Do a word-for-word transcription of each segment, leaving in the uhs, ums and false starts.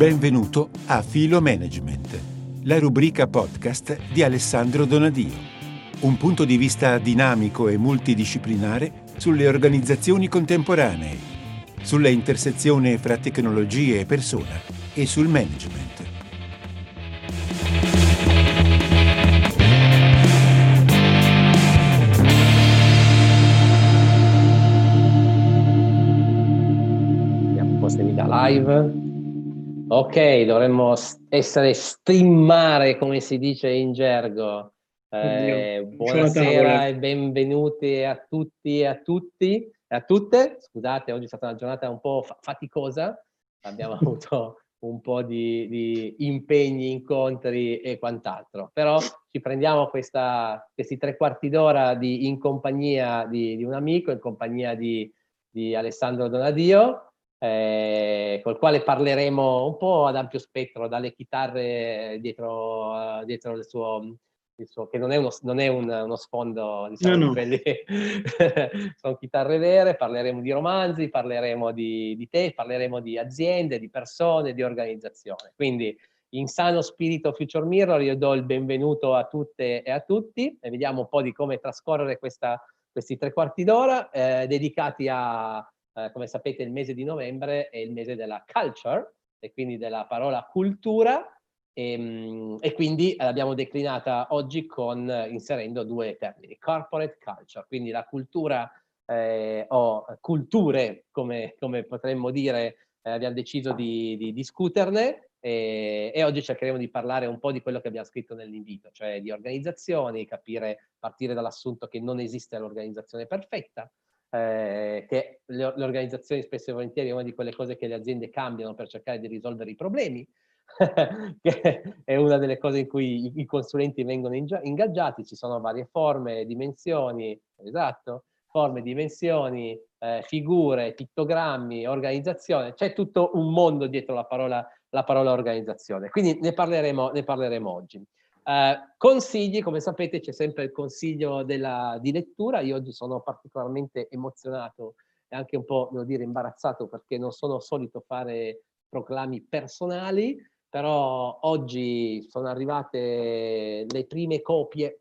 Benvenuto a Filo Management, la rubrica podcast di Alessandro Donadio. Un punto di vista dinamico e multidisciplinare sulle organizzazioni contemporanee, sulla intersezione fra tecnologie e persona e sul management. Vediamo un po' se mi dà live. Ok, dovremmo essere streamare, come si dice in gergo. Eh, buonasera e benvenuti a tutti e a tutti e a tutte. Scusate, oggi è stata una giornata un po' faticosa, abbiamo avuto un po' di, di impegni, incontri e quant'altro, però ci prendiamo questa, questi tre quarti d'ora di, in compagnia di, di un amico, in compagnia di, di Alessandro Donadio. Eh, col quale parleremo un po' ad ampio spettro, dalle chitarre dietro, uh, dietro il, suo, il suo, che non è uno, non è un, uno sfondo, diciamo, no, no. Di quelli, sono chitarre vere, parleremo di romanzi, parleremo di, di te, parleremo di aziende, di persone, di organizzazione. Quindi, in sano spirito Future Mirror, io do il benvenuto a tutte e a tutti e vediamo un po' di come trascorrere questa, questi tre quarti d'ora eh, dedicati a Uh, come sapete il mese di novembre è il mese della culture e quindi della parola cultura e, um, e quindi l'abbiamo declinata oggi con inserendo due termini, corporate culture, quindi la cultura eh, o culture come, come potremmo dire, eh, abbiamo deciso di, di discuterne e, e oggi cercheremo di parlare un po' di quello che abbiamo scritto nell'invito, cioè di organizzazioni, capire, partire dall'assunto che non esiste l'organizzazione perfetta. Eh, che le, le organizzazioni spesso e volentieri è una di quelle cose che le aziende cambiano per cercare di risolvere i problemi, che è una delle cose in cui i, i consulenti vengono ingia, ingaggiati. Ci sono varie forme, dimensioni, esatto, forme, dimensioni, eh, figure, pittogrammi, organizzazione, c'è tutto un mondo dietro la parola, la parola organizzazione, quindi ne parleremo, ne parleremo oggi. Uh, consigli, come sapete c'è sempre il consiglio della, di lettura. Io oggi sono particolarmente emozionato e anche un po', devo dire, imbarazzato perché non sono solito fare proclami personali, però oggi sono arrivate le prime copie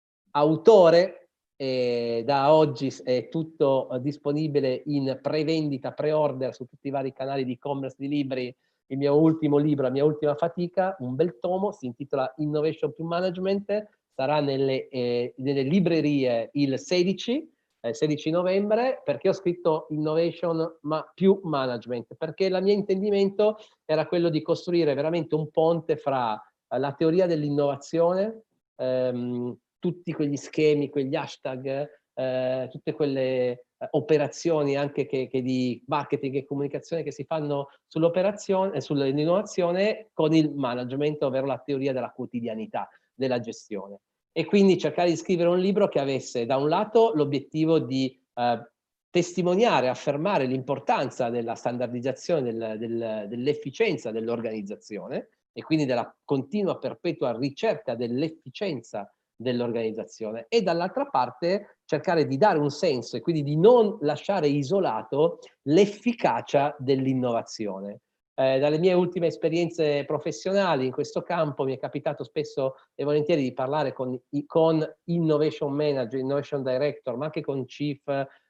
autore e da oggi è tutto disponibile in prevendita, pre-order su tutti i vari canali di e-commerce di libri. Il mio ultimo libro, la mia ultima fatica, un bel tomo, si intitola Innovation più Management, sarà nelle, eh, nelle librerie il sedici, eh, sedici novembre, perché ho scritto Innovation ma più Management, perché il mio intendimento era quello di costruire veramente un ponte fra eh, la teoria dell'innovazione, ehm, tutti quegli schemi, quegli hashtag, eh, tutte quelle eh, operazioni anche che, che di marketing e comunicazione che si fanno sull'operazione, sull'innovazione con il management, ovvero la teoria della quotidianità, della gestione. E quindi cercare di scrivere un libro che avesse da un lato l'obiettivo di eh, testimoniare, affermare l'importanza della standardizzazione, del, del, dell'efficienza dell'organizzazione e quindi della continua perpetua ricerca dell'efficienza dell'organizzazione e dall'altra parte cercare di dare un senso e quindi di non lasciare isolato l'efficacia dell'innovazione. Eh, dalle mie ultime esperienze professionali in questo campo mi è capitato spesso e volentieri di parlare con, con innovation manager, innovation director, ma anche con chief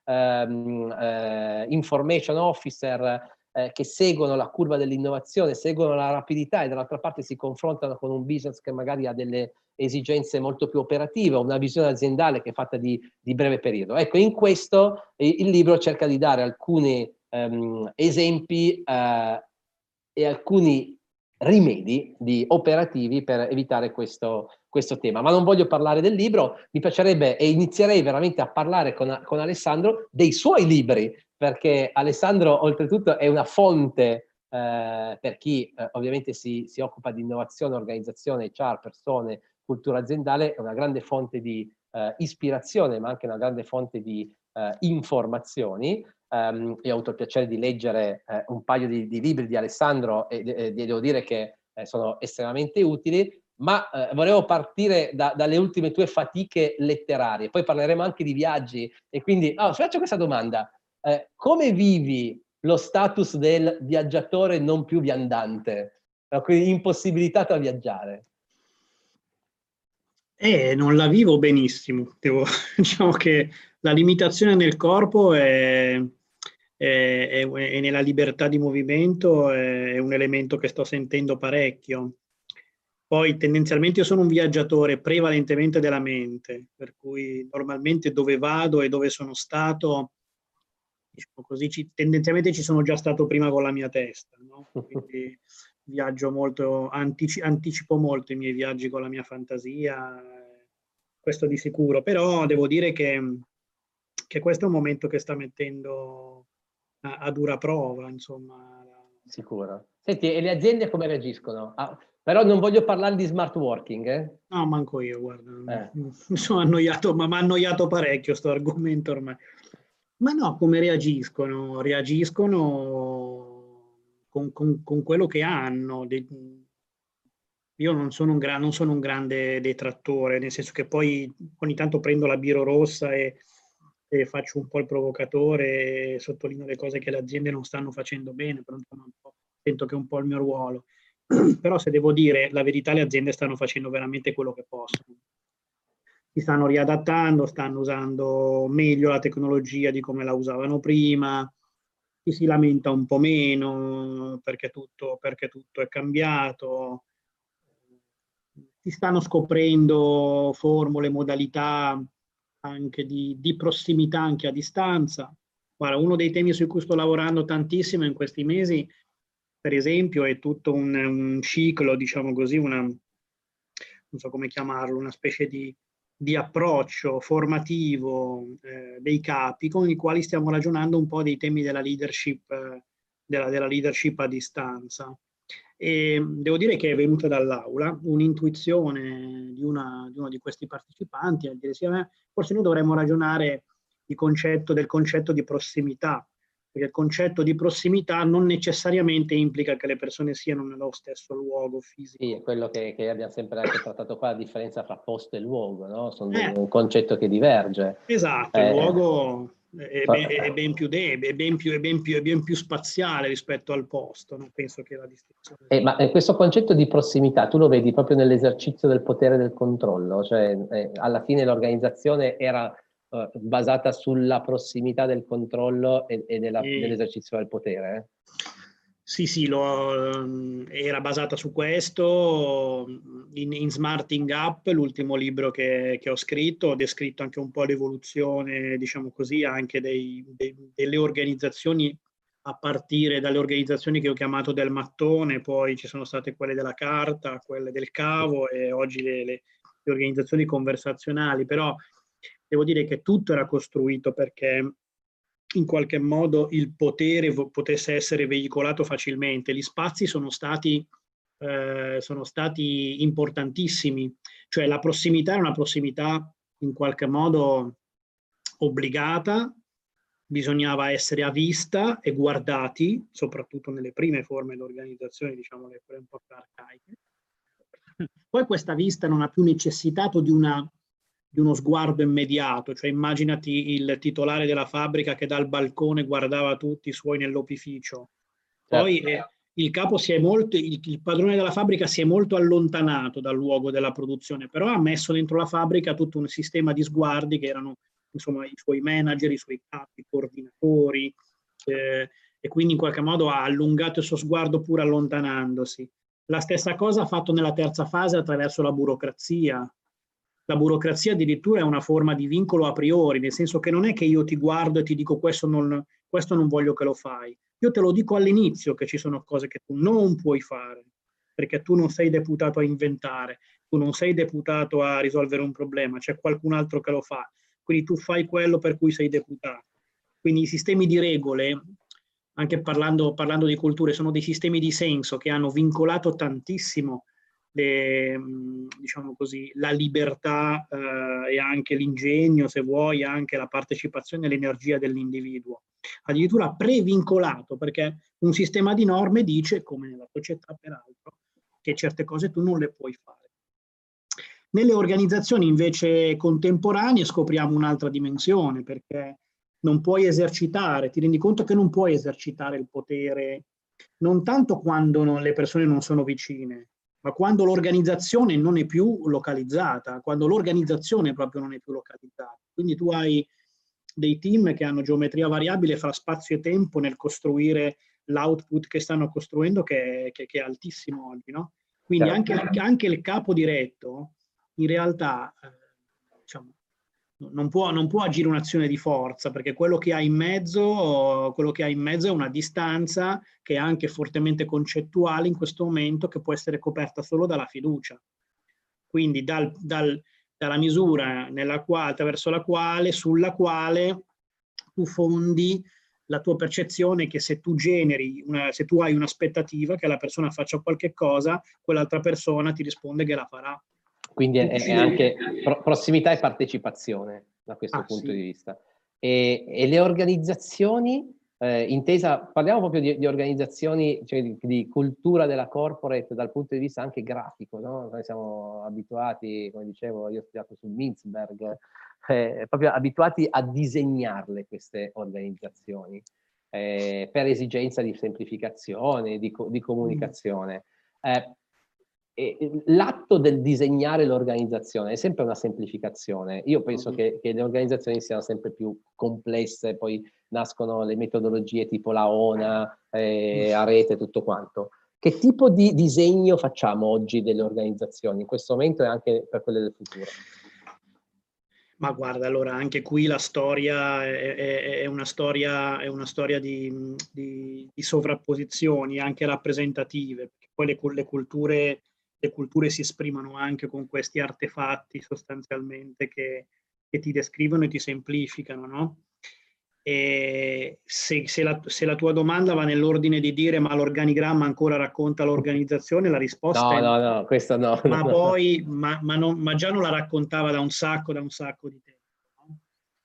ehm, eh, information officer eh, che seguono la curva dell'innovazione, seguono la rapidità e dall'altra parte si confrontano con un business che magari ha delle esigenze molto più operative, una visione aziendale che è fatta di, di breve periodo. Ecco, in questo il libro cerca di dare alcuni um, esempi uh, e alcuni rimedi di operativi per evitare questo, questo tema. Ma non voglio parlare del libro, mi piacerebbe e inizierei veramente a parlare con, con Alessandro dei suoi libri, perché Alessandro oltretutto è una fonte eh, per chi eh, ovviamente si, si occupa di innovazione, organizzazione, H R, persone, cultura aziendale, è una grande fonte di eh, ispirazione, ma anche una grande fonte di eh, informazioni. Um, io ho avuto il piacere di leggere eh, un paio di, di libri di Alessandro e, e, e devo dire che eh, sono estremamente utili, ma eh, volevo partire da, dalle ultime tue fatiche letterarie, poi parleremo anche di viaggi e quindi oh, ti faccio questa domanda. Eh, come vivi lo status del viaggiatore non più viandante, quindi impossibilitato a viaggiare. Eh, non la vivo benissimo. Devo, diciamo che la limitazione nel corpo è, è, è, è nella libertà di movimento, è un elemento che sto sentendo parecchio. Poi tendenzialmente io sono un viaggiatore prevalentemente della mente, per cui normalmente dove vado e dove sono stato, diciamo così, ci, tendenzialmente ci sono già stato prima con la mia testa, no? Quindi viaggio molto, antici, anticipo molto i miei viaggi con la mia fantasia, questo di sicuro, però devo dire che, che questo è un momento che sta mettendo a, a dura prova, insomma. Sicuro. Senti, e le aziende come reagiscono? Ah, però non voglio parlare di smart working, eh? No, manco io, guarda, Eh. mi sono annoiato, ma mi ha annoiato parecchio sto argomento ormai. Ma no, come reagiscono? Reagiscono con, con, con quello che hanno. Io non sono, un gra- non sono un grande detrattore, nel senso che poi ogni tanto prendo la biro rossa e, e faccio un po' il provocatore e sottolineo le cose che le aziende non stanno facendo bene, però insomma un po', sento che è un po' il mio ruolo. Però se devo dire la verità, le aziende stanno facendo veramente quello che possono. Si stanno riadattando, stanno usando meglio la tecnologia di come la usavano prima, ci si lamenta un po' meno perché tutto, perché tutto è cambiato, si stanno scoprendo formule, modalità anche di, di prossimità anche a distanza. Guarda, uno dei temi su cui sto lavorando tantissimo in questi mesi, per esempio, è tutto un, un ciclo, diciamo così, una, non so come chiamarlo, una specie di, di approccio formativo eh, dei capi con i quali stiamo ragionando un po' dei temi della leadership, eh, della, della leadership a distanza. E devo dire che è venuta dall'aula un'intuizione di, una, di uno di questi partecipanti a dire sì, forse noi dovremmo ragionare di concetto, del concetto di prossimità, perché il concetto di prossimità non necessariamente implica che le persone siano nello stesso luogo fisico. Sì, è quello che, che abbiamo sempre anche trattato qua, la differenza fra posto e luogo, no? Sono eh, un concetto che diverge. Esatto, eh, il luogo è ben, è ben più debole, è ben più, è ben più, è ben più spaziale rispetto al posto, no? Penso che la distinzione... Eh, ma questo concetto di prossimità tu lo vedi proprio nell'esercizio del potere e del controllo, cioè eh, alla fine l'organizzazione era eh, basata sulla prossimità del controllo e, e della, e... dell'esercizio del potere? Eh? Sì, sì, lo, era basata su questo. In, in Smarting Up, l'ultimo libro che, che ho scritto, ho descritto anche un po' l'evoluzione, diciamo così, anche dei, dei, delle organizzazioni, a partire dalle organizzazioni che ho chiamato del mattone, poi ci sono state quelle della carta, quelle del cavo e oggi le, le, le organizzazioni conversazionali. Però devo dire che tutto era costruito perché in qualche modo il potere potesse essere veicolato facilmente. Gli spazi sono stati, eh, sono stati importantissimi, cioè la prossimità è una prossimità in qualche modo obbligata, bisognava essere a vista e guardati, soprattutto nelle prime forme di organizzazione, diciamo le un po' più arcaiche. Poi questa vista non ha più necessitato di una di uno sguardo immediato, cioè immaginati il titolare della fabbrica che dal balcone guardava tutti i suoi nell'opificio. Poi eh, il capo si è molto, il, il padrone della fabbrica si è molto allontanato dal luogo della produzione, però ha messo dentro la fabbrica tutto un sistema di sguardi che erano insomma i suoi manager, i suoi capi, i coordinatori, eh, e quindi in qualche modo ha allungato il suo sguardo pur allontanandosi. La stessa cosa ha fatto nella terza fase attraverso la burocrazia. La burocrazia addirittura è una forma di vincolo a priori, nel senso che non è che io ti guardo e ti dico questo non, questo non voglio che lo fai. Io te lo dico all'inizio che ci sono cose che tu non puoi fare, perché tu non sei deputato a inventare, tu non sei deputato a risolvere un problema, c'è qualcun altro che lo fa. Quindi tu fai quello per cui sei deputato. Quindi i sistemi di regole, anche parlando, parlando di culture, sono dei sistemi di senso che hanno vincolato tantissimo Le, diciamo così, la libertà eh, e anche l'ingegno, se vuoi, anche la partecipazione e l'energia dell'individuo. Addirittura previncolato, perché un sistema di norme dice, come nella società peraltro, che certe cose tu non le puoi fare. Nelle organizzazioni invece contemporanee scopriamo un'altra dimensione, perché non puoi esercitare, ti rendi conto che non puoi esercitare il potere, non tanto quando non, le persone non sono vicine, ma quando l'organizzazione non è più localizzata, quando l'organizzazione proprio non è più localizzata. Quindi tu hai dei team che hanno geometria variabile fra spazio e tempo nel costruire l'output che stanno costruendo, che, che, che è altissimo oggi, no? Quindi anche, anche il capo diretto, in realtà, eh, diciamo, non può, non può agire un'azione di forza, perché quello che ha in mezzo, quello che ha in mezzo è una distanza che è anche fortemente concettuale in questo momento, che può essere coperta solo dalla fiducia. Quindi dal, dal, dalla misura nella quale, attraverso la quale, sulla quale tu fondi la tua percezione che se tu generi, una, se tu hai un'aspettativa che la persona faccia qualche cosa, quell'altra persona ti risponde che la farà. Quindi è, è anche pro- prossimità e partecipazione da questo ah, punto sì. di vista. E, e le organizzazioni, eh, intesa, parliamo proprio di, di organizzazioni, cioè di, di cultura della corporate dal punto di vista anche grafico, no? Noi siamo abituati, come dicevo, io ho studiato su Mintzberg, eh, proprio abituati a disegnarle queste organizzazioni eh, per esigenza di semplificazione, di, di comunicazione. Eh, L'atto del disegnare l'organizzazione è sempre una semplificazione. Io penso che, che le organizzazioni siano sempre più complesse, poi nascono le metodologie tipo la ONA, eh, a rete, tutto quanto. Che tipo di disegno facciamo oggi delle organizzazioni in questo momento e anche per quelle del futuro? Ma guarda, allora anche qui la storia è, è, è una storia, è una storia di, di, di sovrapposizioni anche rappresentative, perché poi le, le culture le culture si esprimono anche con questi artefatti sostanzialmente che, che ti descrivono e ti semplificano, no? E se, se, la, se la tua domanda va nell'ordine di dire ma l'organigramma ancora racconta l'organizzazione, la risposta no, è no, no, questo no. Ma no, poi, ma, ma, non, ma già non la raccontava da un sacco, da un sacco di tempo. No?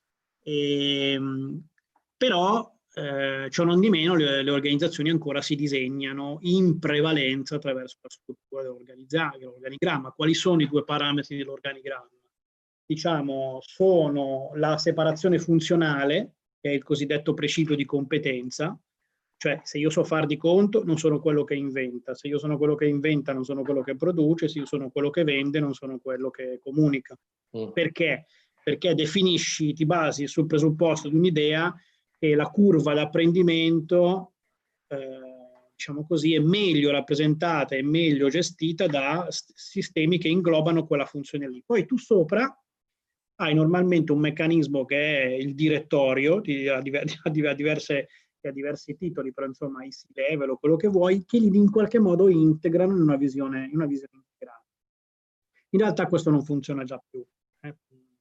E, però Eh, ciò non di meno le, le organizzazioni ancora si disegnano in prevalenza attraverso la struttura dell'organigramma. Quali sono i due parametri dell'organigramma? Diciamo, sono la separazione funzionale, che è il cosiddetto presidio di competenza, cioè se io so far di conto non sono quello che inventa, se io sono quello che inventa non sono quello che produce, se io sono quello che vende non sono quello che comunica. Mm. Perché? Perché definisci, ti basi sul presupposto di un'idea che la curva d'apprendimento, eh, diciamo così, è meglio rappresentata e meglio gestita da sistemi che inglobano quella funzione lì. Poi tu sopra hai normalmente un meccanismo che è il direttorio, a, diver- a diverse, a diversi titoli, però insomma i C-level o quello che vuoi, che li in qualche modo integrano in una visione, in una visione integrata. In realtà questo non funziona già più. Eh?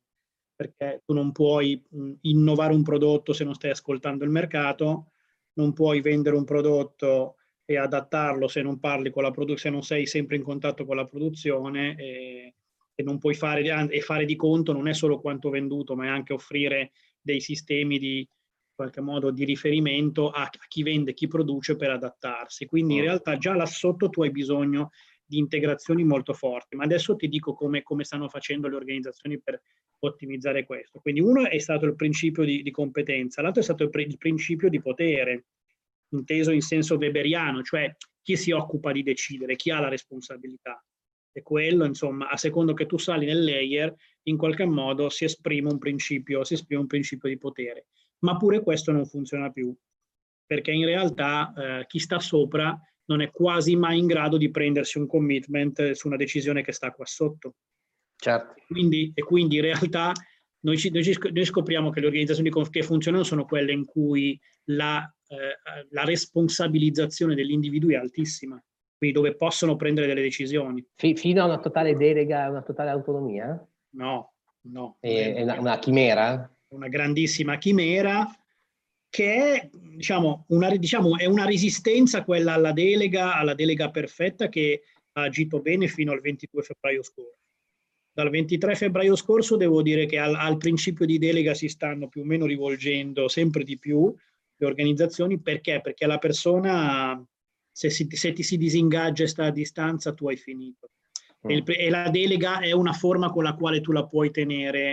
Perché tu non puoi mh, innovare un prodotto se non stai ascoltando il mercato, non puoi vendere un prodotto e adattarlo se non parli con la produzione, se non sei sempre in contatto con la produzione e, e non puoi fare e fare di conto non è solo quanto venduto, ma è anche offrire dei sistemi di in qualche modo di riferimento a, a chi vende, chi produce per adattarsi. Quindi in realtà già là sotto tu hai bisogno di integrazioni molto forti, ma adesso ti dico come, come stanno facendo le organizzazioni per ottimizzare questo. Quindi uno è stato il principio di, di competenza, l'altro è stato il, il principio di potere, inteso in senso weberiano, cioè chi si occupa di decidere, chi ha la responsabilità. E quello, insomma, a secondo che tu sali nel layer, in qualche modo si esprime un principio, si esprime un principio di potere. Ma pure questo non funziona più, perché in realtà eh, chi sta sopra non è quasi mai in grado di prendersi un commitment su una decisione che sta qua sotto. Certo. Quindi, e quindi in realtà noi, ci, noi, ci, noi scopriamo che le organizzazioni che funzionano sono quelle in cui la, eh, la responsabilizzazione dell'individuo è altissima, quindi dove possono prendere delle decisioni. F- fino a una totale delega, una totale autonomia? No, no. È, è una, una chimera? Una grandissima chimera che è, diciamo, una, diciamo, è una resistenza quella alla delega, alla delega perfetta che ha agito bene fino al ventidue febbraio scorso. Dal ventitré febbraio scorso devo dire che al, al principio di delega si stanno più o meno rivolgendo sempre di più le organizzazioni. Perché? Perché la persona, se, si, se ti si disingaggia e sta a distanza, tu hai finito. Mm. E, il, e la delega è una forma con la quale tu la puoi tenere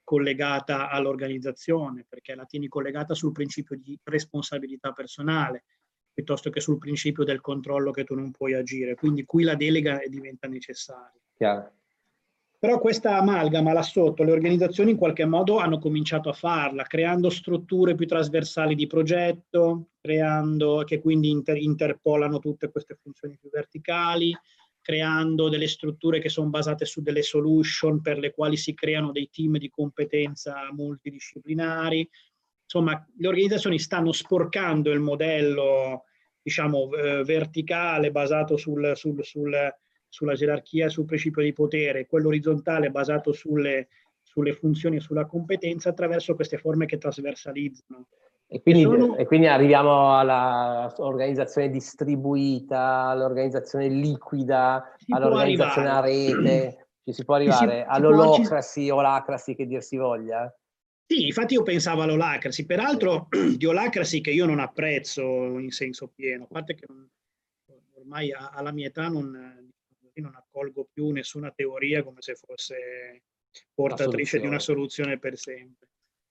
collegata all'organizzazione, perché la tieni collegata sul principio di responsabilità personale, piuttosto che sul principio del controllo che tu non puoi agire. Quindi qui la delega diventa necessaria. Chiaro. Però questa amalgama là sotto, le organizzazioni in qualche modo hanno cominciato a farla, creando strutture più trasversali di progetto, creando che quindi inter, interpolano tutte queste funzioni più verticali, creando delle strutture che sono basate su delle solution per le quali si creano dei team di competenza multidisciplinari. Insomma, le organizzazioni stanno sporcando il modello, diciamo, eh, verticale basato sul, sul, sul sulla gerarchia e sul principio di potere, quello orizzontale basato sulle, sulle funzioni e sulla competenza attraverso queste forme che trasversalizzano. E quindi, e sono, e quindi arriviamo all'organizzazione distribuita, all'organizzazione liquida, all'organizzazione a rete, ci si può arrivare all'holacracy o lacracy che dir si voglia? Sì, infatti io pensavo all'holacracy, peraltro di holacracy che io non apprezzo in senso pieno, a parte che non, ormai alla mia età non... non accolgo più nessuna teoria come se fosse portatrice di una soluzione per sempre.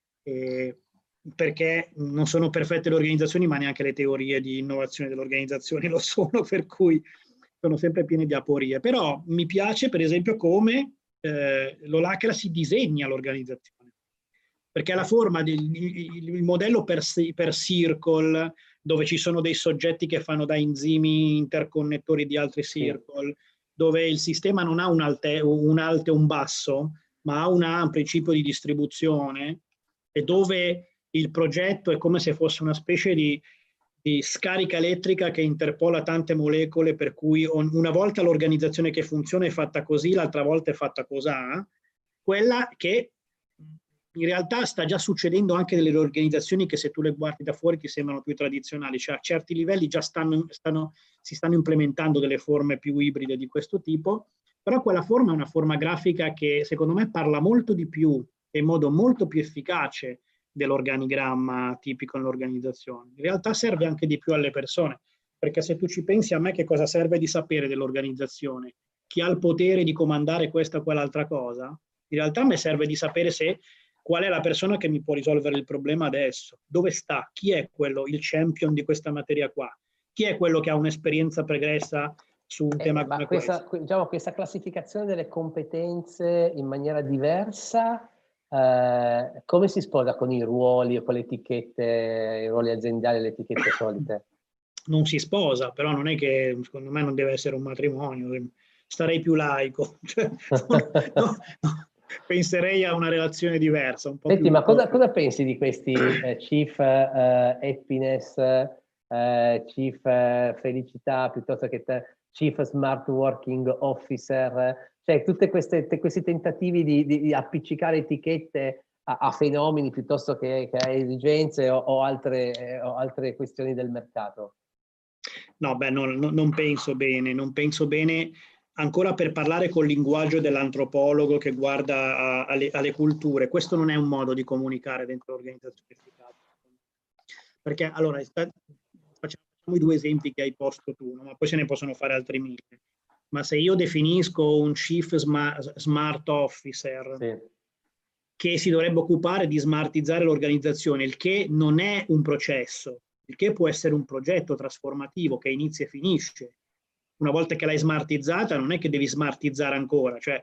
E perché non sono perfette le organizzazioni, ma neanche le teorie di innovazione delle organizzazioni lo sono, per cui sono sempre piene di aporie. Però mi piace, per esempio, come eh, l'holacracy disegna l'organizzazione. Perché la forma, del, il, il modello per, per circle, dove ci sono dei soggetti che fanno da enzimi interconnettori di altri circle, sì, dove il sistema non ha un alte, un alto e un basso, ma ha una, un principio di distribuzione, e dove il progetto è come se fosse una specie di, di scarica elettrica che interpola tante molecole, per cui on, una volta l'organizzazione che funziona è fatta così, l'altra volta è fatta cosà, quella che in realtà sta già succedendo anche nelle organizzazioni che, se tu le guardi da fuori, ti sembrano più tradizionali, cioè a certi livelli già stanno, stanno, si stanno implementando delle forme più ibride di questo tipo, però quella forma è una forma grafica che secondo me parla molto di più e in modo molto più efficace dell'organigramma tipico nell'organizzazione. In realtà serve anche di più alle persone, perché se tu ci pensi, a me che cosa serve di sapere dell'organizzazione? Chi ha il potere di comandare questa o quell'altra cosa? In realtà a me serve di sapere se qual è la persona che mi può risolvere il problema adesso, dove sta, chi è quello, il champion di questa materia qua, chi è quello che ha un'esperienza pregressa su un eh, tema come questa, questo. Diciamo, questa classificazione delle competenze in maniera diversa, eh, come si sposa con i ruoli o con le etichette, i ruoli aziendali e le etichette solite? Non si sposa, però non è che, secondo me non deve essere un matrimonio, starei più laico. Cioè, no, no, no. Penserei a una relazione diversa. Un po' Senti, più, ma cosa, più... cosa pensi di questi eh, chief eh, happiness, eh, chief eh, felicità, piuttosto che te, chief smart working officer, cioè tutti questi tentativi di, di, di appiccicare etichette a, a fenomeni piuttosto che, che a esigenze o, o, altre, eh, o altre questioni del mercato? No, beh, no, no, non penso bene, non penso bene. Ancora per parlare col linguaggio dell'antropologo che guarda a, alle, alle culture, questo non è un modo di comunicare dentro l'organizzazione efficace. Perché allora, facciamo i due esempi che hai posto tu, no? Ma poi se ne possono fare altri mille. Ma se io definisco un chief smart, smart officer, sì, che si dovrebbe occupare di smartizzare l'organizzazione, il che non è un processo, il che può essere un progetto trasformativo che inizia e finisce. Una volta che l'hai smartizzata, non è che devi smartizzare ancora, cioè,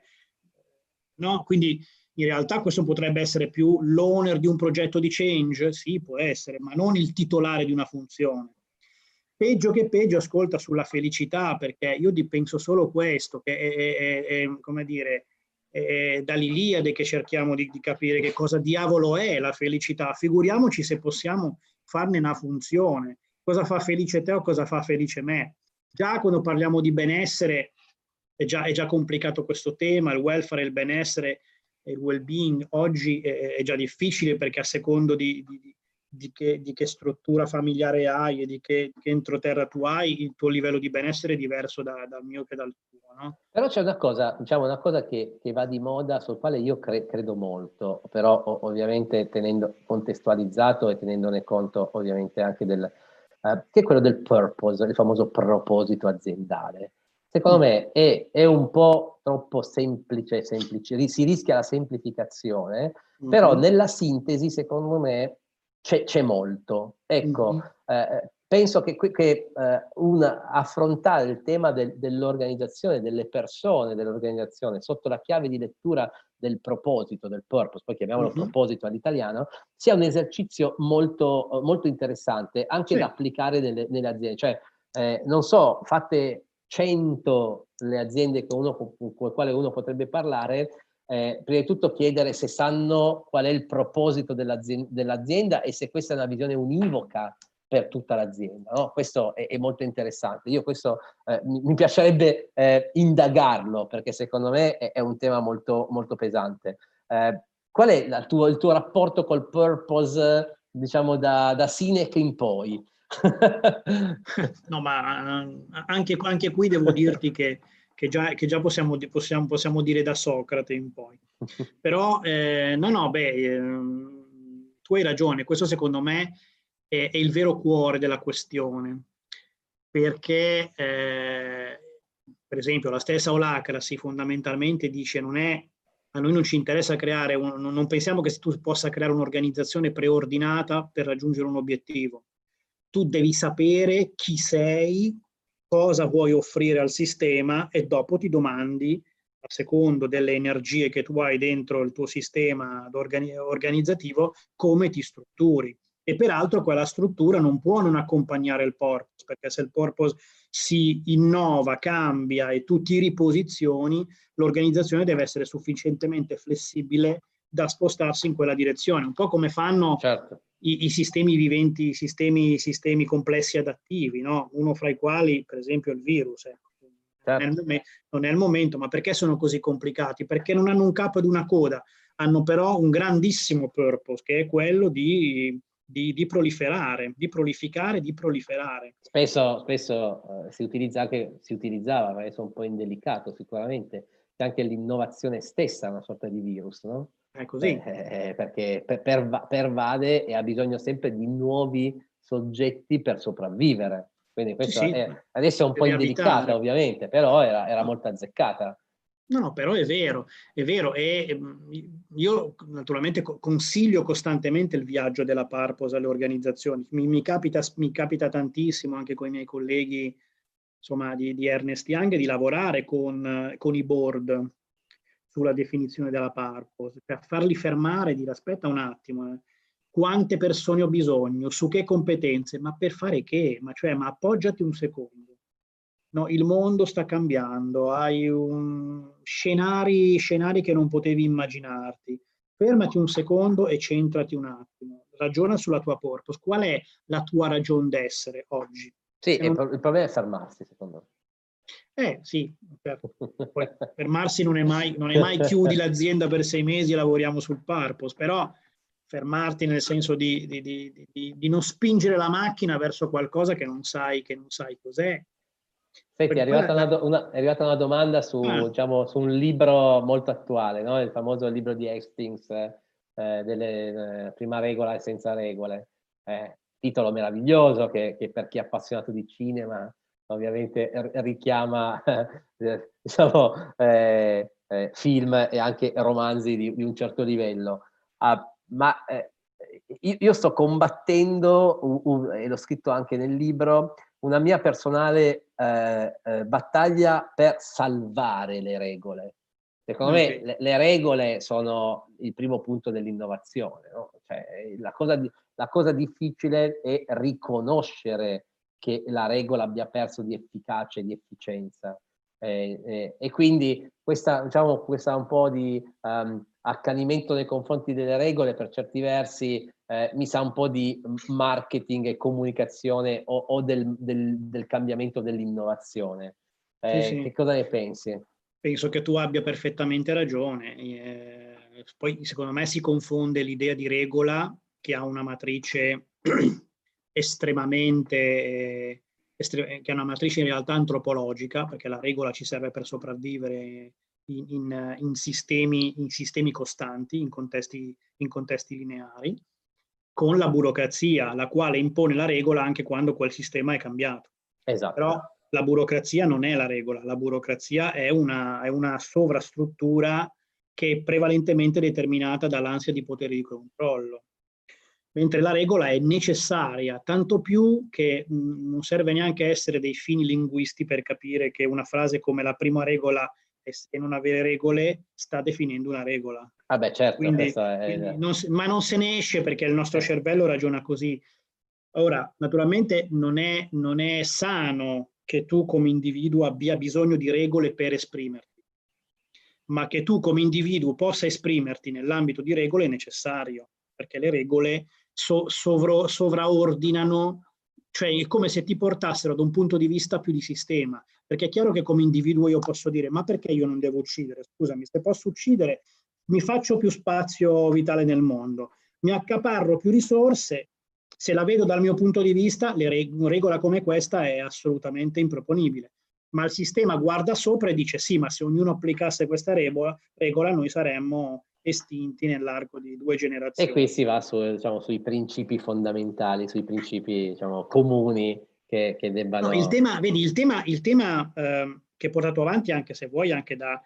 no? Quindi in realtà questo potrebbe essere più l'owner di un progetto di change, sì, può essere, ma non il titolare di una funzione. Peggio che peggio, ascolta, sulla felicità, perché io penso solo questo, che è, è, è come dire, è dall'Iliade che cerchiamo di, di capire che cosa diavolo è la felicità. Figuriamoci se possiamo farne una funzione. Cosa fa felice te o cosa fa felice me? Già quando parliamo di benessere è già, è già complicato questo tema, il welfare, il benessere e il well-being oggi è, è già difficile, perché a secondo di, di, di, che, di che struttura familiare hai e di che, che entroterra tu hai, il tuo livello di benessere è diverso da, dal mio che dal tuo, no? Però c'è una cosa, diciamo, una cosa che, che va di moda, sul quale io cre credo molto, però ovviamente tenendo contestualizzato e tenendone conto ovviamente anche del... Uh, che è quello del purpose, il famoso proposito aziendale. Secondo mm. me è, è un po' troppo semplice, semplice, si rischia la semplificazione, Mm-hmm. Però nella sintesi, secondo me, c'è, c'è molto. Ecco, mm-hmm. eh, penso che, che eh, un, affrontare il tema del, dell'organizzazione, delle persone dell'organizzazione, sotto la chiave di lettura del proposito, del purpose, poi chiamiamolo mm-hmm. proposito all'italiano, sia un esercizio molto, molto interessante, anche sì. da applicare nelle, nelle aziende. Cioè, eh, non so, fate cento le aziende con, uno, con le quali uno potrebbe parlare, eh, prima di tutto chiedere se sanno qual è il proposito dell'azienda, dell'azienda e se questa è una visione univoca per tutta l'azienda, no? Questo è, è molto interessante. Io questo eh, mi, mi piacerebbe eh, indagarlo, perché secondo me è, è un tema molto, molto pesante. Eh, qual è la tuo, il tuo rapporto col purpose, diciamo, da, da Sinek in poi? No, ma anche, anche qui devo dirti che, che già, che già possiamo, possiamo, possiamo dire da Socrate in poi. Però, eh, no, no, beh, eh, tu hai ragione, questo secondo me è, è il vero cuore della questione, perché, eh, per esempio, la stessa Holacracy fondamentalmente dice non è, a noi non ci interessa creare, un, non pensiamo che tu possa creare un'organizzazione preordinata per raggiungere un obiettivo. Tu devi sapere chi sei, cosa vuoi offrire al sistema e dopo ti domandi, a secondo delle energie che tu hai dentro il tuo sistema organizzativo, come ti strutturi. E peraltro quella struttura non può non accompagnare il purpose, perché se il purpose si innova, cambia e tu ti riposizioni, l'organizzazione deve essere sufficientemente flessibile da spostarsi in quella direzione, un po' come fanno certo. i, i sistemi viventi, i sistemi, sistemi complessi adattivi, no? Uno fra i quali, per esempio, il virus. Ecco. Certo. Non, è il momento, non è il momento, ma perché sono così complicati? Perché non hanno un capo ed una coda, hanno però un grandissimo purpose, che è quello di, di, di proliferare, di prolificare, di proliferare. Spesso, spesso eh, si utilizza anche, si utilizzava, ma adesso è un po' indelicato sicuramente, che anche l'innovazione stessa è una sorta di virus, no? È così. Eh, perché per, per, pervade e ha bisogno sempre di nuovi soggetti per sopravvivere. Quindi questo sì, sì. È, adesso è un po' indelicata ovviamente, però era, era molto azzeccata. No, no, però è vero, è vero. E io naturalmente consiglio costantemente il viaggio della purpose alle organizzazioni. Mi, mi, capita, mi capita tantissimo anche con i miei colleghi, insomma, di, di Ernst Young, di lavorare con, con i board sulla definizione della purpose, per farli fermare e dire aspetta un attimo, eh, quante persone ho bisogno, su che competenze, ma per fare che? Ma, cioè, ma appoggiati un secondo. No, il mondo sta cambiando, hai un... scenari, scenari che non potevi immaginarti. Fermati un secondo e centrati un attimo. Ragiona sulla tua purpose. Qual è la tua ragione d'essere oggi? Sì, non... il problema è fermarsi, secondo me. Eh sì, certo. Poi fermarsi non è mai, non è mai chiudi l'azienda per sei mesi e lavoriamo sul purpose, però fermarti nel senso di, di, di, di, di non spingere la macchina verso qualcosa che non sai, che non sai cos'è. Senti, è arrivata, una, do, una, è arrivata una domanda su, ah. diciamo, su un libro molto attuale, no? Il famoso libro di Hastings, eh, delle eh, Prima regola e senza regole. Eh, titolo meraviglioso che, che per chi è appassionato di cinema ovviamente richiama eh, diciamo, eh, eh, film e anche romanzi di, di un certo livello. Ah, ma eh, io sto combattendo, uh, uh, e l'ho scritto anche nel libro, una mia personale eh, eh, battaglia per salvare le regole. Secondo okay. me le, le regole sono il primo punto dell'innovazione, no? Cioè, la, cosa di, la cosa difficile è riconoscere che la regola abbia perso di efficacia e di efficienza. Eh, eh, e quindi questa, diciamo, questa un po' di um, accanimento nei confronti delle regole per certi versi eh, mi sa un po' di marketing e comunicazione o, o del, del, del cambiamento dell'innovazione. Eh, sì, sì. Che cosa ne pensi? Penso che tu abbia perfettamente ragione. Eh, poi secondo me si confonde l'idea di regola che ha una matrice estremamente... Eh, che è una matrice in realtà antropologica, perché la regola ci serve per sopravvivere in, in, in, sistemi, in sistemi costanti, in contesti, in contesti lineari, con la burocrazia, la quale impone la regola anche quando quel sistema è cambiato. Esatto. Però la burocrazia non è la regola, la burocrazia è una, è una sovrastruttura che è prevalentemente determinata dall'ansia di potere di controllo. Mentre la regola è necessaria, tanto più che mh, non serve neanche essere dei fini linguisti per capire che una frase come la prima regola è e non avere regole sta definendo una regola. Ah beh, certo, quindi, è... quindi non, ma non se ne esce perché il nostro eh. cervello ragiona così. Ora, naturalmente non è, non è sano che tu come individuo abbia bisogno di regole per esprimerti, ma che tu come individuo possa esprimerti nell'ambito di regole è necessario, perché le regole so, sovro, sovraordinano, cioè è come se ti portassero da un punto di vista più di sistema, perché è chiaro che come individuo io posso dire ma perché io non devo uccidere? Scusami, se posso uccidere mi faccio più spazio vitale nel mondo, mi accaparro più risorse, se la vedo dal mio punto di vista, le reg- una regola come questa è assolutamente improponibile. Ma il sistema guarda sopra e dice sì, ma se ognuno applicasse questa regola, regola noi saremmo estinti nell'arco di due generazioni. E qui si va su, diciamo, sui principi fondamentali, sui principi, diciamo, comuni che, che debbano... No, il tema, vedi, il tema, il tema eh, che è portato avanti, anche se vuoi, anche da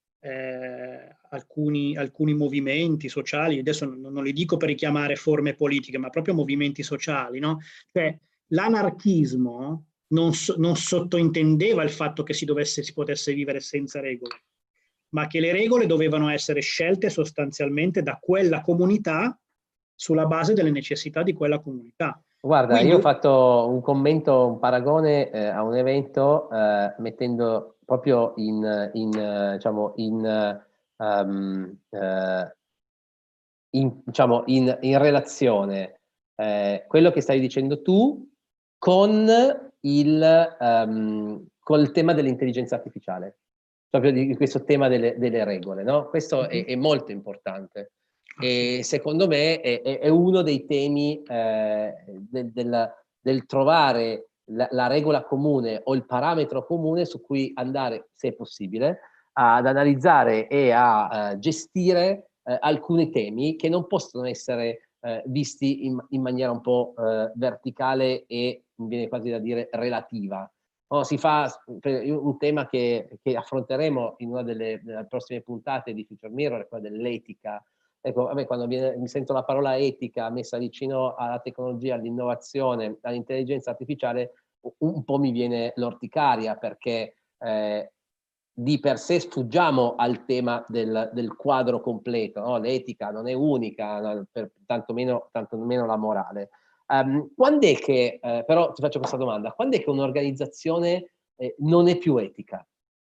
eh, alcuni, alcuni movimenti sociali, adesso non, non li dico per richiamare forme politiche, ma proprio movimenti sociali, no? Cioè, l'anarchismo non, so, non sottointendeva il fatto che si, dovesse, si potesse vivere senza regole, ma che le regole dovevano essere scelte sostanzialmente da quella comunità sulla base delle necessità di quella comunità. Guarda, Quindi, io ho fatto un commento, un paragone eh, a un evento eh, mettendo proprio in, in eh, diciamo, in, um, eh, in, diciamo, in, in relazione eh, quello che stai dicendo tu con il, um, col tema dell'intelligenza artificiale, proprio di questo tema delle, delle regole, no? Questo uh-huh. è, è molto importante. E secondo me è, è, è uno dei temi eh, del, del, del trovare la, la regola comune o il parametro comune su cui andare, se è possibile, ad analizzare e a uh, gestire uh, alcuni temi che non possono essere uh, visti in, in maniera un po' uh, verticale e, mi viene quasi da dire, relativa. No, si fa un tema che, che affronteremo in una delle, delle prossime puntate di Future Mirror, quella dell'etica. Ecco, a me quando viene, mi sento la parola etica messa vicino alla tecnologia, all'innovazione, all'intelligenza artificiale, un, un po' mi viene l'orticaria, perché eh, di per sé sfuggiamo al tema del, del quadro completo, no? L'etica non è unica, no? Per, tantomeno, tantomeno la morale. Um, quando è che, eh, però ti faccio questa domanda, quando è che un'organizzazione eh, non è più etica?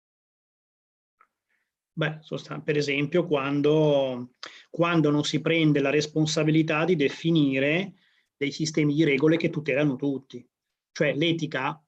Beh, per esempio, quando, quando non si prende la responsabilità di definire dei sistemi di regole che tutelano tutti. Cioè l'etica,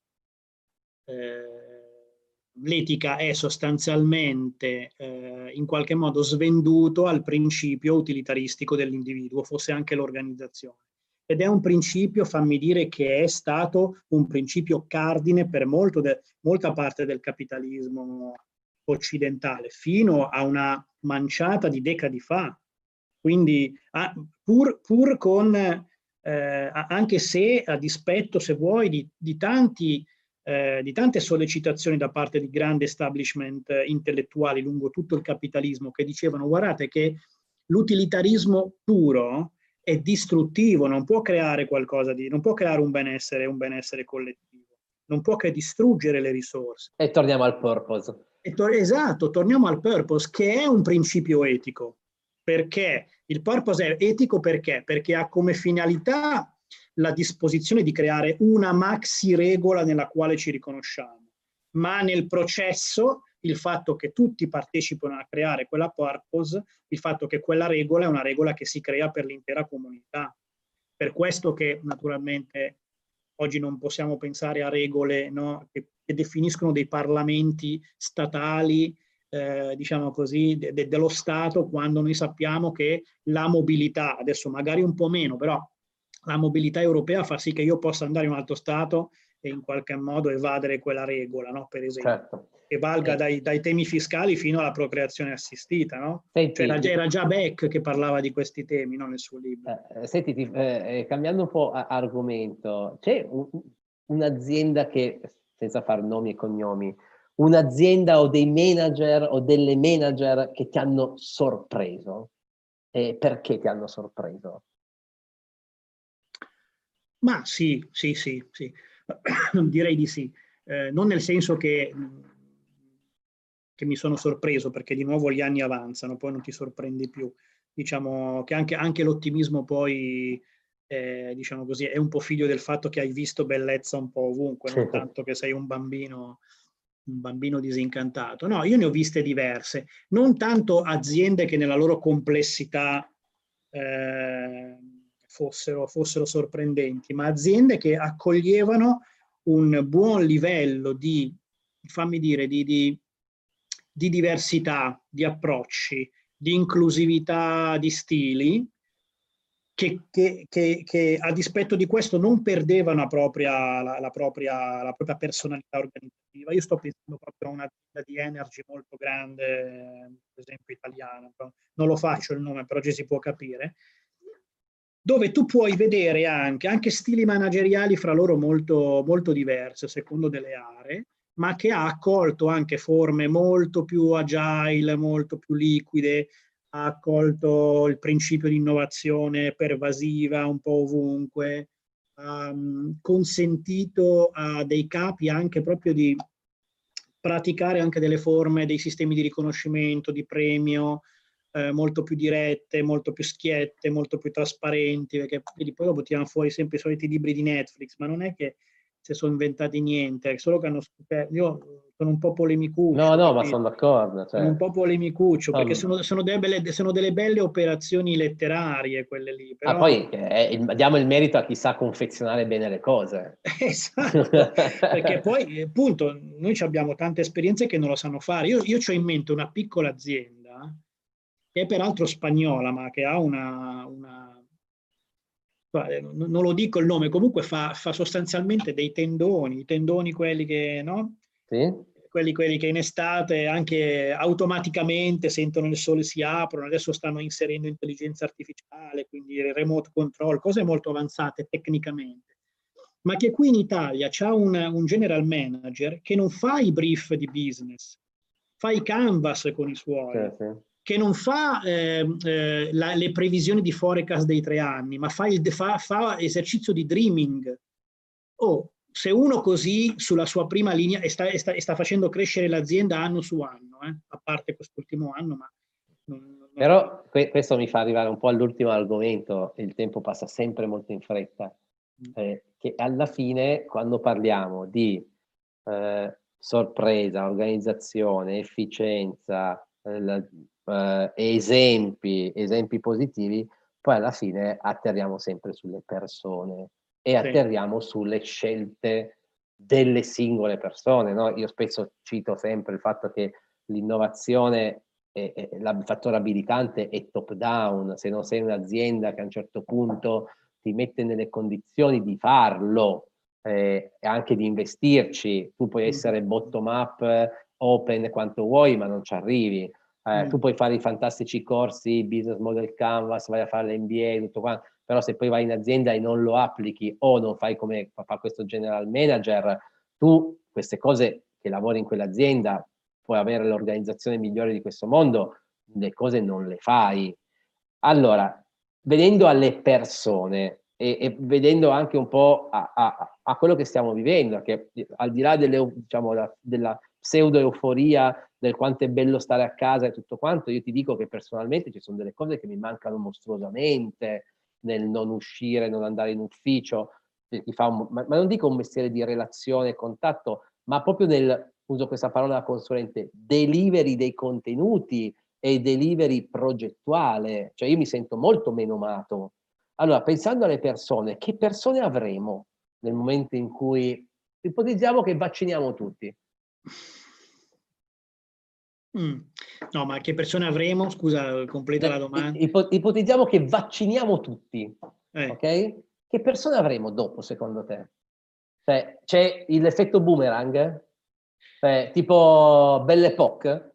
eh, l'etica è sostanzialmente eh, in qualche modo svenduto al principio utilitaristico dell'individuo, fosse anche l'organizzazione. Ed è un principio, fammi dire, che è stato un principio cardine per molto de, molta parte del capitalismo occidentale, fino a una manciata di decadi fa. Quindi, ah, pur, pur con, eh, anche se a dispetto, se vuoi, di, di, tanti, eh, di tante sollecitazioni da parte di grandi establishment intellettuali lungo tutto il capitalismo, che dicevano guardate che l'utilitarismo puro è distruttivo, non può creare qualcosa di, non può creare un benessere, un benessere collettivo, non può che distruggere le risorse. E torniamo al purpose. E to- esatto, torniamo al purpose, che è un principio etico. Perché il purpose è etico perché? Perché ha come finalità la disposizione di creare una maxi regola nella quale ci riconosciamo, ma nel processo il fatto che tutti partecipano a creare quella purpose, il fatto che quella regola è una regola che si crea per l'intera comunità. Per questo che naturalmente oggi non possiamo pensare a regole, no, che, che definiscono dei parlamenti statali, eh, diciamo così, de, de, dello Stato, quando noi sappiamo che la mobilità, adesso magari un po' meno, però la mobilità europea fa sì che io possa andare in un altro Stato e in qualche modo evadere quella regola, no? Per esempio, certo. che valga eh. dai, dai temi fiscali fino alla procreazione assistita, no? Senti, cioè era già, era già Beck che parlava di questi temi, no? Nel suo libro. Eh, senti, ti, eh, cambiando un po' argomento, c'è un, un'azienda che, senza far nomi e cognomi, un'azienda o dei manager o delle manager che ti hanno sorpreso? E perché ti hanno sorpreso? Ma sì, sì, sì, sì. Direi di sì. Eh, non nel senso che, che mi sono sorpreso, perché di nuovo gli anni avanzano, poi non ti sorprendi più. Diciamo che anche, anche l'ottimismo poi, eh, diciamo così, è un po' figlio del fatto che hai visto bellezza un po' ovunque, non tanto che sei un bambino, un bambino disincantato. No, io ne ho viste diverse, non tanto aziende che nella loro complessità eh, fossero, fossero sorprendenti, ma aziende che accoglievano un buon livello di, fammi dire, di, di, di diversità, di approcci, di inclusività di stili, che, che, che, che a dispetto di questo non perdevano la propria, la, la, propria, la propria personalità organizzativa. Io sto pensando proprio a un'azienda di energy molto grande, per esempio italiana, non lo faccio il nome, però ci si può capire, dove tu puoi vedere anche, anche stili manageriali fra loro molto, molto diversi, a secondo delle aree, ma che ha accolto anche forme molto più agile, molto più liquide, ha accolto il principio di innovazione pervasiva un po' ovunque, ha um, consentito a dei capi anche proprio di praticare anche delle forme, dei sistemi di riconoscimento, di premio, eh, molto più dirette, molto più schiette, molto più trasparenti, perché vedi, poi dopo tirano fuori sempre i soliti libri di Netflix, ma non è che si sono inventati niente, è solo che hanno scoperto. Io sono un po' polemicuccio. No, no, ma sono d'accordo. Cioè, sono un po' polemicuccio, no, perché sono, sono, delle belle, sono delle belle operazioni letterarie quelle lì. Però... Ah, poi eh, diamo il merito a chi sa confezionare bene le cose. Esatto, perché poi appunto noi abbiamo tante esperienze che non lo sanno fare. Io, io ho in mente una piccola azienda, che è peraltro spagnola, ma che ha una... una non lo dico il nome, comunque fa, fa sostanzialmente dei tendoni, i tendoni quelli che, no? Sì? Quelli, quelli che in estate anche automaticamente sentono il sole, si aprono, adesso stanno inserendo intelligenza artificiale, quindi remote control, cose molto avanzate tecnicamente, ma che qui in Italia c'ha un, un general manager che non fa i brief di business, fa i canvas con i suoi, Sì, sì. che non fa eh, eh, la, le previsioni di forecast dei tre anni, ma fa, il, fa, fa esercizio di dreaming. Oh, se uno così sulla sua prima linea e sta, e sta, e sta facendo crescere l'azienda anno su anno, eh, a parte quest'ultimo anno, ma non, non però que- questo mi fa arrivare un po' all'ultimo argomento, il tempo passa sempre molto in fretta, eh, che alla fine quando parliamo di eh, sorpresa, organizzazione, efficienza, eh, la, eh, esempi, esempi positivi, poi alla fine atterriamo sempre sulle persone e atterriamo sulle scelte delle singole persone, no? Io spesso cito sempre il fatto che l'innovazione e, e il fattore abilitante è top down. Se non sei un'azienda che a un certo punto ti mette nelle condizioni di farlo eh, e anche di investirci, tu puoi essere bottom up, open quanto vuoi, ma non ci arrivi. Eh, mm. Tu puoi fare i fantastici corsi, business model canvas, vai a fare l'M B A, tutto quanto, però se poi vai in azienda e non lo applichi o non fai come fa questo general manager, tu queste cose che lavori in quell'azienda, puoi avere l'organizzazione migliore di questo mondo, le cose non le fai. Allora, venendo alle persone e, e vedendo anche un po' a, a, a quello che stiamo vivendo, che al di là delle, diciamo, la, della pseudo-euforia del quanto è bello stare a casa e tutto quanto, io ti dico che personalmente ci sono delle cose che mi mancano mostruosamente nel non uscire, non andare in ufficio, ti fa un, ma, ma non dico un mestiere di relazione e contatto, ma proprio nel, uso questa parola consulente, delivery dei contenuti e delivery progettuale, cioè io mi sento molto menomato. Allora, pensando alle persone, che persone avremo nel momento in cui ipotizziamo che vacciniamo tutti? Mm. No, ma che persone avremo? Scusa, completa la domanda. Ip- ipotizziamo che vacciniamo tutti, eh. ok? Che persone avremo dopo, secondo te? Cioè, c'è l'effetto boomerang? Cioè, tipo Belle Époque?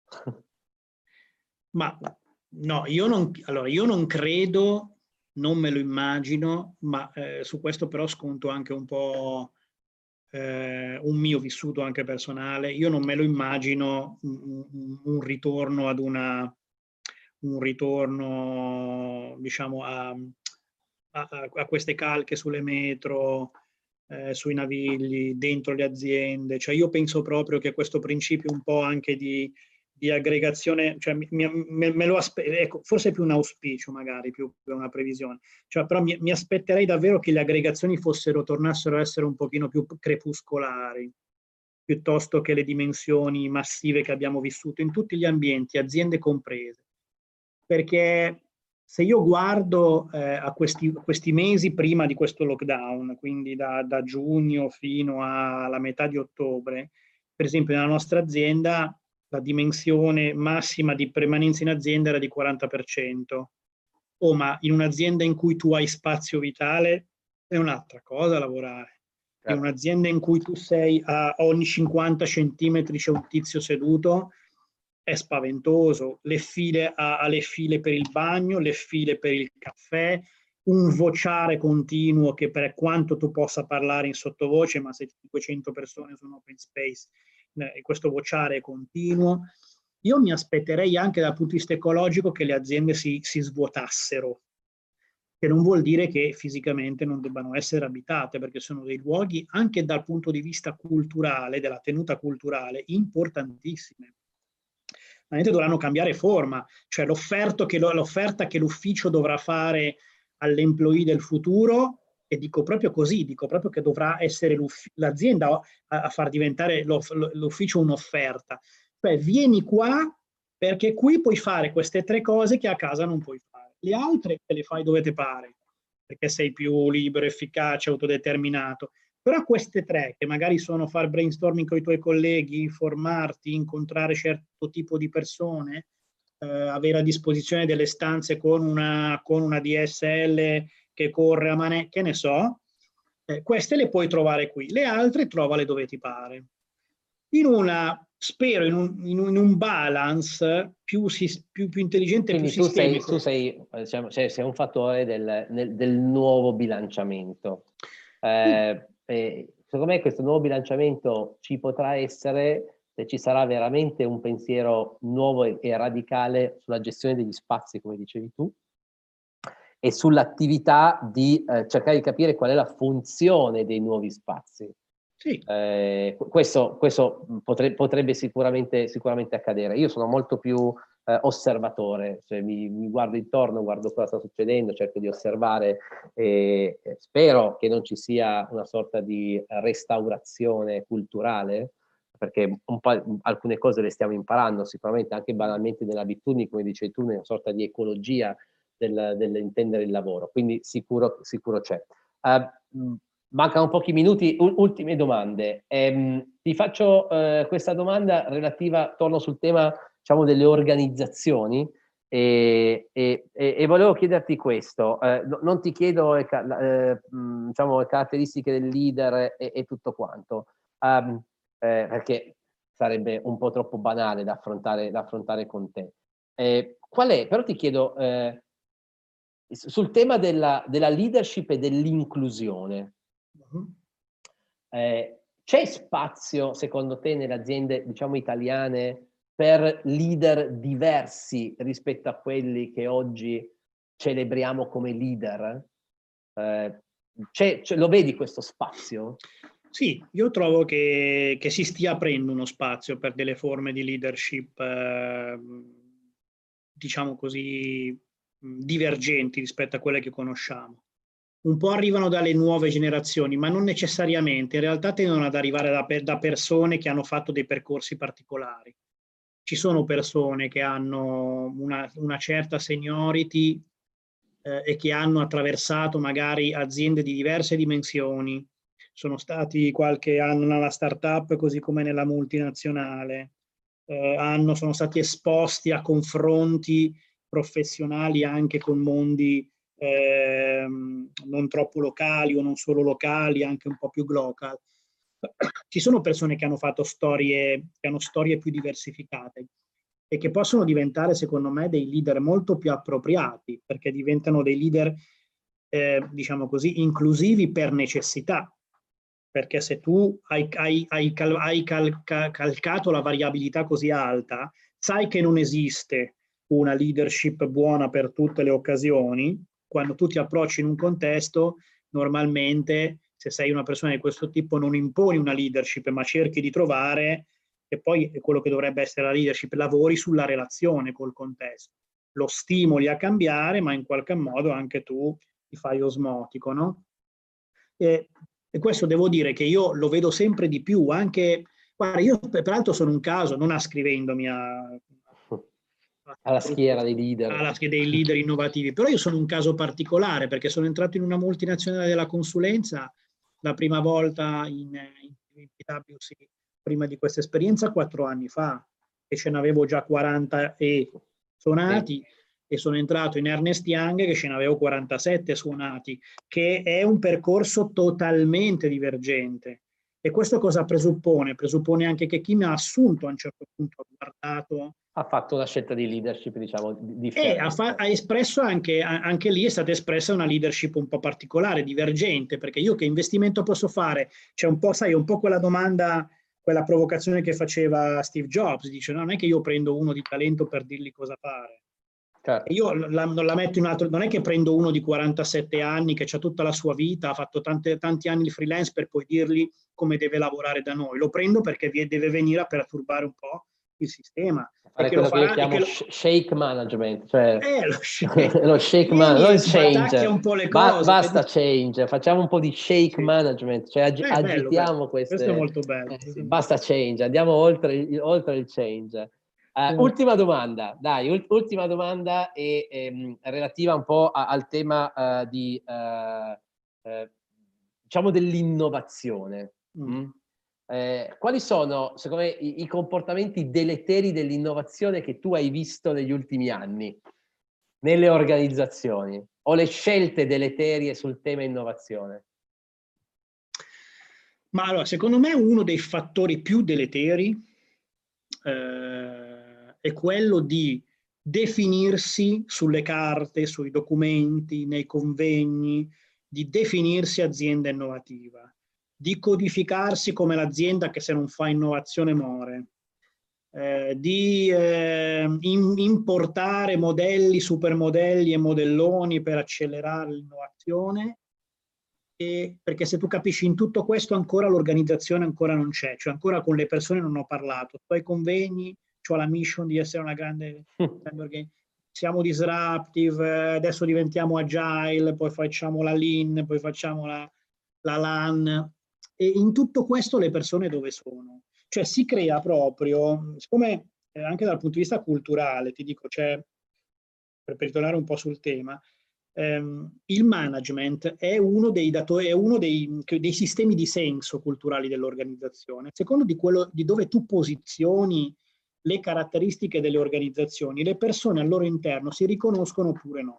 Ma no, io non, allora, io non credo, non me lo immagino, ma eh, su questo però sconto anche un po' eh, un mio vissuto anche personale, io non me lo immagino un, un, un ritorno ad una, un ritorno, diciamo, a, a, a queste calche sulle metro, eh, sui navigli, dentro le aziende. Cioè io penso proprio che questo principio un po' anche di, di aggregazione, cioè mi, me, me lo aspe- ecco, forse è più un auspicio magari, più che una previsione, cioè, però mi, mi aspetterei davvero che le aggregazioni fossero, tornassero a essere un pochino più crepuscolari, piuttosto che le dimensioni massive che abbiamo vissuto in tutti gli ambienti, aziende comprese. Perché se io guardo eh, a questi, questi mesi prima di questo lockdown, quindi da, da giugno fino alla metà di ottobre, per esempio nella nostra azienda la dimensione massima di permanenza in azienda era di quaranta per cento. Oh, ma in un'azienda in cui tu hai spazio vitale è un'altra cosa lavorare. Certo. In un'azienda in cui tu sei a ogni cinquanta centimetri c'è un tizio seduto, è spaventoso. Le file alle file per il bagno, le file per il caffè, un vociare continuo che per quanto tu possa parlare in sottovoce, ma se cinquecento persone sono open space, eh, questo vociare è continuo. Io mi aspetterei anche dal punto di vista ecologico che le aziende si, si svuotassero, che non vuol dire che fisicamente non debbano essere abitate, perché sono dei luoghi anche dal punto di vista culturale, della tenuta culturale, importantissime. Veramente dovranno cambiare forma, cioè l'offerta che, l'offerta che l'ufficio dovrà fare all'employee del futuro, e dico proprio così, dico proprio che dovrà essere l'azienda a, a far diventare l'ufficio un'offerta. Cioè vieni qua perché qui puoi fare queste tre cose che a casa non puoi fare. Le altre te le fai dove te pare, perché sei più libero, efficace, autodeterminato. Però queste tre, che magari sono fare brainstorming con i tuoi colleghi, informarti, incontrare certo tipo di persone, eh, avere a disposizione delle stanze con una, con una D S L che corre a manetta, che ne so, eh, queste le puoi trovare qui. Le altre trovale dove ti pare. In una, spero, in un, in un, in un balance più, più, più intelligente e più tu sistemico. Sei, tu sei, diciamo, sei, sei un fattore del, del, del nuovo bilanciamento. Eh, e secondo me questo nuovo bilanciamento ci potrà essere se ci sarà veramente un pensiero nuovo e, e radicale sulla gestione degli spazi, come dicevi tu, e sull'attività di eh, cercare di capire qual è la funzione dei nuovi spazi. Sì. Eh, questo questo potre, potrebbe sicuramente, sicuramente accadere. Io sono molto più eh, osservatore, cioè mi, mi guardo intorno, guardo cosa sta succedendo, cerco di osservare e, e spero che non ci sia una sorta di restaurazione culturale, perché un po' alcune cose le stiamo imparando, sicuramente anche banalmente nelle abitudini, come dicevi tu, una sorta di ecologia del, dell'intendere il lavoro, quindi sicuro, sicuro c'è. Uh, Mancano pochi minuti, ultime domande. Ehm, ti faccio eh, questa domanda relativa, torno sul tema, diciamo, delle organizzazioni e, e, e volevo chiederti questo. Eh, non ti chiedo eh, diciamo, le caratteristiche del leader e, e tutto quanto, um, eh, perché sarebbe un po' troppo banale da affrontare, da affrontare con te. Eh, qual è? Però ti chiedo eh, sul tema della, della leadership e dell'inclusione. Eh, c'è spazio, secondo te, nelle aziende, diciamo, italiane per leader diversi rispetto a quelli che oggi celebriamo come leader? Eh, c'è, c'è, lo vedi questo spazio? Sì, io trovo che, che si stia aprendo uno spazio per delle forme di leadership, eh, diciamo così, divergenti rispetto a quelle che conosciamo. Un po' arrivano dalle nuove generazioni, ma non necessariamente, in realtà tendono ad arrivare da, da persone che hanno fatto dei percorsi particolari. Ci sono persone che hanno una, una certa seniority eh, e che hanno attraversato magari aziende di diverse dimensioni, sono stati qualche anno nella startup così come nella multinazionale, eh, hanno, sono stati esposti a confronti professionali anche con mondi Eh, non troppo locali o non solo locali, anche un po' più global. Ci sono persone che hanno fatto storie, che hanno storie più diversificate e che possono diventare, secondo me, dei leader molto più appropriati, perché diventano dei leader, eh, diciamo così, inclusivi per necessità. perché se tu hai, hai, hai, cal, hai cal, cal, calcato la variabilità così alta, sai che non esiste una leadership buona per tutte le occasioni. Quando tu ti approcci in un contesto, normalmente se sei una persona di questo tipo non imponi una leadership, ma cerchi di trovare, e poi è quello che dovrebbe essere la leadership, lavori sulla relazione col contesto, lo stimoli a cambiare, ma in qualche modo anche tu ti fai osmotico, no? E, e questo devo dire che io lo vedo sempre di più, anche, guarda, io peraltro sono un caso, non ascrivendomi a, alla schiera dei leader. alla schiera dei leader innovativi, però io sono un caso particolare perché sono entrato in una multinazionale della consulenza la prima volta in, in P W C, prima di questa esperienza quattro anni fa, e ce n'avevo già quaranta e suonati, sì. E sono entrato in Ernst Young che ce n'avevo quarantasette suonati, che è un percorso totalmente divergente. E questo cosa presuppone? Presuppone anche che chi mi ha assunto a un certo punto ha guardato... Ha fatto una scelta di leadership, diciamo, differente. E ha, fa- ha espresso anche, anche lì è stata espressa una leadership un po' particolare, divergente, perché io che investimento posso fare? C'è un po', sai, un po' quella domanda, quella provocazione che faceva Steve Jobs, dice no, non è che io prendo uno di talento per dirgli cosa fare. Certo. Io la, non la metto in un altro, non è che prendo uno di quarantasette anni che ha tutta la sua vita, ha fatto tante, tanti anni di freelance per poi dirgli come deve lavorare da noi. Lo prendo perché deve venire a perturbare un po' il sistema. Fare e che quello lo farà, che io chiamo lo... shake management, cioè eh, lo shake, lo shake man, non change, un po' le ba- cose, basta che... change, facciamo un po' di shake sì. management, cioè ag- eh, agitiamo bello, queste... Questo è molto bello. Eh, sì, basta change, andiamo oltre il, oltre il change. Uh, mm. Ultima domanda, dai, ult- ultima domanda e, ehm, relativa un po' a- al tema uh, di, uh, uh, diciamo, dell'innovazione. Mm. Mm? Eh, quali sono, secondo me, i, i comportamenti deleteri dell'innovazione che tu hai visto negli ultimi anni nelle organizzazioni, o le scelte deleterie sul tema innovazione? Ma allora, secondo me uno dei fattori più deleteri eh, è quello di definirsi sulle carte, sui documenti, nei convegni, di definirsi azienda innovativa, di codificarsi come l'azienda che se non fa innovazione muore, eh, di eh, in, importare modelli, supermodelli e modelloni per accelerare l'innovazione, e, perché se tu capisci in tutto questo ancora l'organizzazione ancora non c'è, cioè ancora con le persone non ho parlato, poi ai convegni ho la mission di essere una grande, grande siamo disruptive, adesso diventiamo agile, poi facciamo la lean, poi facciamo la, la LAN, e in tutto questo le persone dove sono? Cioè si crea proprio, siccome eh, anche dal punto di vista culturale, ti dico, cioè, per, per ritornare un po' sul tema, ehm, il management è uno dei datori, è uno dei, dei sistemi di senso culturali dell'organizzazione. Secondo di quello di dove tu posizioni le caratteristiche delle organizzazioni, le persone al loro interno si riconoscono oppure no.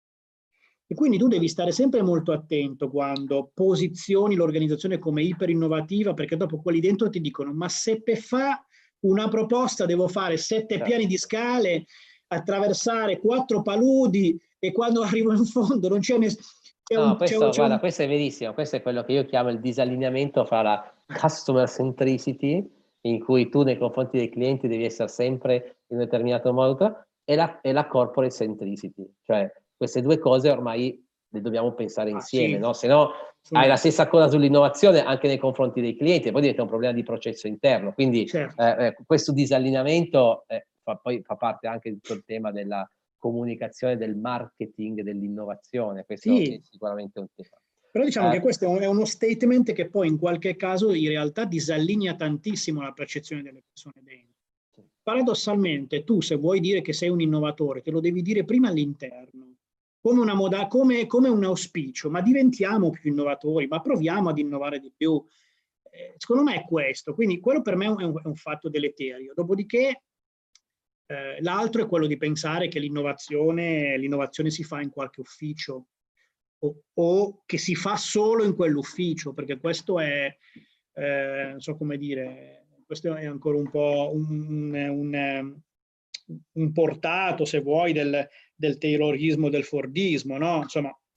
E quindi tu devi stare sempre molto attento quando posizioni l'organizzazione come iper innovativa, perché dopo quelli dentro ti dicono ma se per fa una proposta devo fare sette certo. piani di scale, attraversare quattro paludi e quando arrivo in fondo non c'è nessuno. No, questo, guarda, un... questo è verissimo, questo è quello che io chiamo il disallineamento fra la customer centricity, in cui tu nei confronti dei clienti devi essere sempre in un determinato modo, e la, e la corporate centricity, cioè queste due cose ormai le dobbiamo pensare insieme, ah, sì. no? Se no hai la stessa cosa sull'innovazione anche nei confronti dei clienti, e poi diventa un problema di processo interno, quindi certo. eh, questo disallineamento eh, fa, poi fa parte anche di tutto il tema della comunicazione, del marketing, dell'innovazione, questo sì. è sicuramente un tema. Però diciamo uh, che questo è uno statement che poi in qualche caso in realtà disallinea tantissimo la percezione delle persone dentro. Sì. Paradossalmente tu se vuoi dire che sei un innovatore te lo devi dire prima all'interno, come, una moda, come, come un auspicio, ma diventiamo più innovatori, ma proviamo ad innovare di più. Eh, secondo me è questo, quindi quello per me è un, è un fatto deleterio. Dopodiché eh, l'altro è quello di pensare che l'innovazione, l'innovazione si fa in qualche ufficio, O, o che si fa solo in quell'ufficio, perché questo è, eh, non so come dire, questo è ancora un po' un, un, un portato, se vuoi, del, del taylorismo, del fordismo, no? Insomma,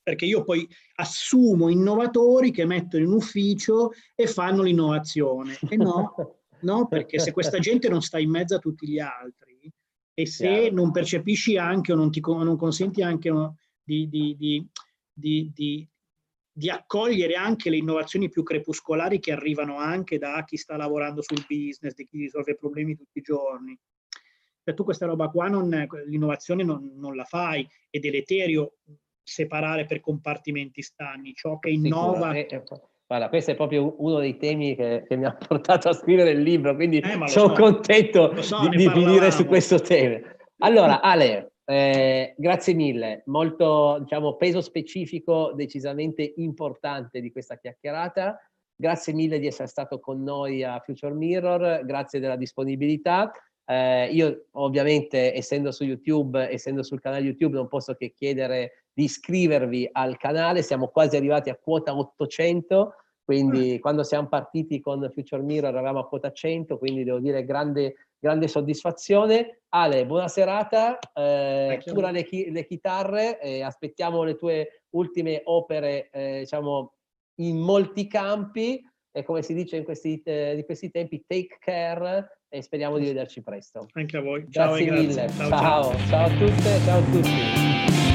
perché io poi assumo innovatori che mettono in ufficio e fanno l'innovazione. E no, no, perché se questa gente non sta in mezzo a tutti gli altri e se Chiaro. non percepisci anche o non ti non consenti anche di, di, di, di, di, di accogliere anche le innovazioni più crepuscolari che arrivano anche da chi sta lavorando sul business, di chi risolve problemi tutti i giorni. Se tu questa roba qua, non, l'innovazione non, non la fai, è deleterio separare per compartimenti stagni, ciò che innova... Eh, eh, guarda, questo è proprio uno dei temi che, che mi ha portato a scrivere il libro, quindi eh, sono so, contento so, di, di finire su questo tema. Allora, Ale, eh, grazie mille, molto, diciamo, peso specifico decisamente importante di questa chiacchierata. Grazie mille di essere stato con noi a Future Mirror, grazie della disponibilità. Eh, io ovviamente, essendo su YouTube, essendo sul canale YouTube, non posso che chiedere di iscrivervi al canale. Siamo quasi arrivati a quota ottocento, quindi mm. quando siamo partiti con Future Mirror eravamo a quota cento, quindi devo dire grande, grande soddisfazione. Ale, buona serata, eh, cura le, chi- le chitarre, eh, aspettiamo le tue ultime opere, eh, diciamo, in molti campi, e come si dice in questi, eh, di questi tempi, take care, e speriamo di vederci presto. Anche a voi. Ciao Grazie e mille. grazie. Ciao, ciao, ciao a tutte, ciao a tutti.